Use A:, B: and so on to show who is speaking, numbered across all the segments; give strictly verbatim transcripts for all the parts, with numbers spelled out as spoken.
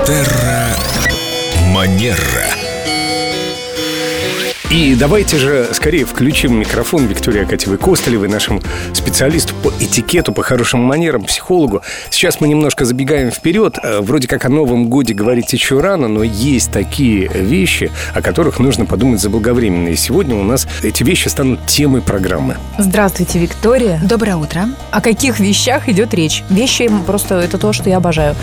A: Терра Манера.
B: И давайте же скорее включим микрофон Виктории Акатьевой-Костылевой, нашему специалисту по этикету, по хорошим манерам, психологу. Сейчас мы немножко забегаем вперед. Вроде как о Новом годе говорить еще рано, но есть такие вещи, о которых нужно подумать заблаговременно. И сегодня у нас эти вещи станут темой программы.
C: Здравствуйте, Виктория.
D: Доброе утро.
C: О каких вещах идет речь? Вещи просто это то, что я обожаю.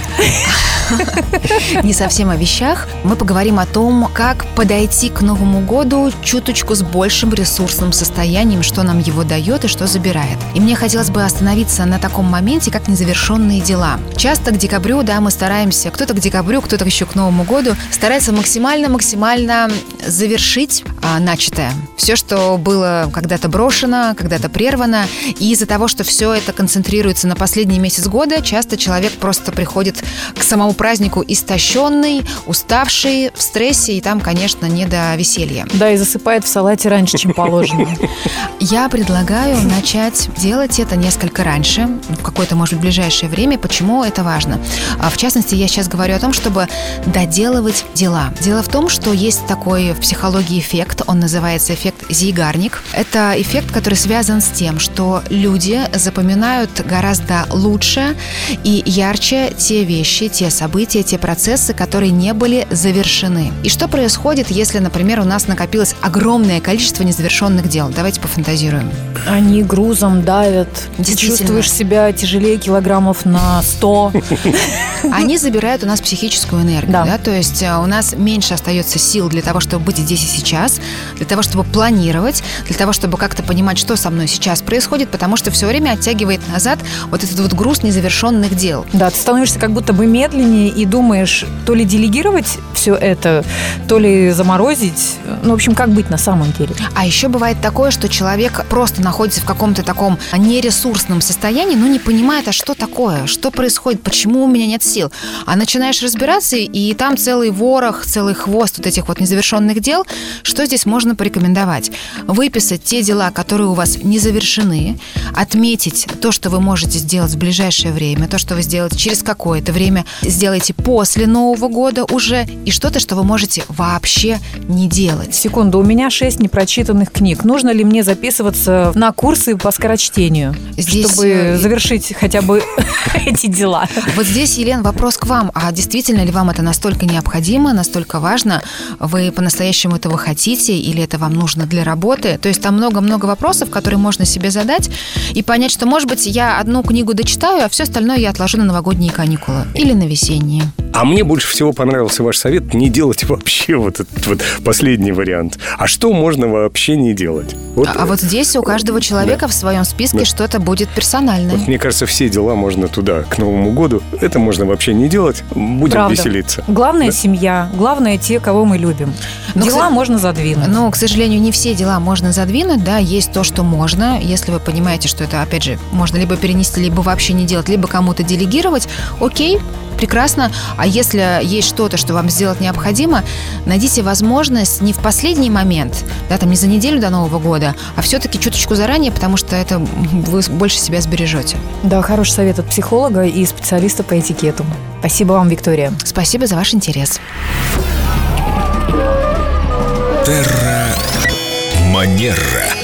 D: Не совсем о вещах. Мы поговорим о том, как подойти к Новому году чуточку с большим ресурсным состоянием, что нам его дает и что забирает. И мне хотелось бы остановиться на таком моменте, как незавершенные дела. Часто к декабрю, да, мы стараемся, кто-то к декабрю, кто-то еще к Новому году, старается максимально-максимально завершить а, начатое. Все, что было когда-то брошено, когда-то прервано. И из-за того, что все это концентрируется на последний месяц года, часто человек просто приходит к самому празднику истощенный, уставший, в стрессе, и там, конечно, не до веселья.
C: Да, и засыпает в салате раньше, чем положено.
D: Я предлагаю начать делать это несколько раньше, в какое-то, может быть, ближайшее время. Почему это важно? В частности, я сейчас говорю о том, чтобы доделывать дела. Дело в том, что есть такой в психологии эффект, он называется эффект Зейгарник. Это эффект, который связан с тем, что люди запоминают гораздо лучше и ярче те вещи, те события, те процессы, которые не были завершены. И что происходит, если, например, у нас накопилось огромное количество незавершенных дел? Давайте пофантазируем.
C: Они грузом давят. Ты чувствуешь себя тяжелее килограммов на сто.
D: Они забирают у нас психическую энергию.
C: Да.
D: Да? То есть у нас меньше остается сил для того, чтобы быть здесь и сейчас, для того, чтобы планировать, для того, чтобы как-то понимать, что со мной сейчас происходит, потому что все время оттягивает назад вот этот вот груз незавершенных дел.
C: Да, ты становишься как будто бы медленнее и думаешь, то ли делегировать все это, то ли заморозить. Ну, в общем, как быть на самом деле?
D: А еще бывает такое, что человек просто находится в каком-то таком нересурсном состоянии, но не понимает, а что такое, что происходит, почему у меня нет сил. А начинаешь разбираться, и там целый ворох, целый хвост вот этих вот незавершенных дел. Что здесь можно порекомендовать? Выписать те дела, которые у вас не завершены, отметить то, что вы можете сделать в ближайшее время, то, что вы сделаете через какое-то время, сделайте после Нового года уже, и что-то, что вы можете вообще не делать.
C: Секунду, у меня шесть непрочитанных книг. Нужно ли мне записываться на курсы по скорочтению,
D: Здесь...
C: чтобы завершить хотя бы эти дела?
D: Вот здесь, Елена, вопрос к вам. А действительно ли вам это настолько необходимо, настолько важно? Вы по-настоящему этого хотите или это вам нужно для работы? То есть там много-много вопросов, которые можно себе задать и понять, что, может быть, я одну книгу дочитаю, а все остальное я отложу на новогодние каникулы или на весенние.
B: А мне больше всего понравился ваш совет не делать вообще вот этот вот последний вариант. А что можно вообще не делать? Вот,
D: а, а вот здесь у каждого человека да. в своем списке да. что-то будет персональное.
B: Вот, мне кажется, все дела можно туда, к Новому году. Это можно вообще не делать. Будем
C: Правда.
B: веселиться.
C: Главное
B: да?
C: семья. Главное те, кого мы любим.
D: Но,
C: дела
D: к...
C: можно задвинуть.
D: Но, к сожалению, не все дела можно задвинуть. Да, есть то, что можно. Если вы понимаете, что это, опять же, можно либо перенести, либо вообще не делать, либо кому-то делегировать, окей, прекрасно. А если есть что-то, что вам сделать необходимо, найдите возможность не в последний момент, да, там не за неделю до Нового года, а все-таки чуточку заранее, потому что это вы больше себя сбережете.
C: Да, хороший совет от психолога и специалиста по этикету. Спасибо вам, Виктория.
D: Спасибо за ваш интерес.
A: Терра Манера.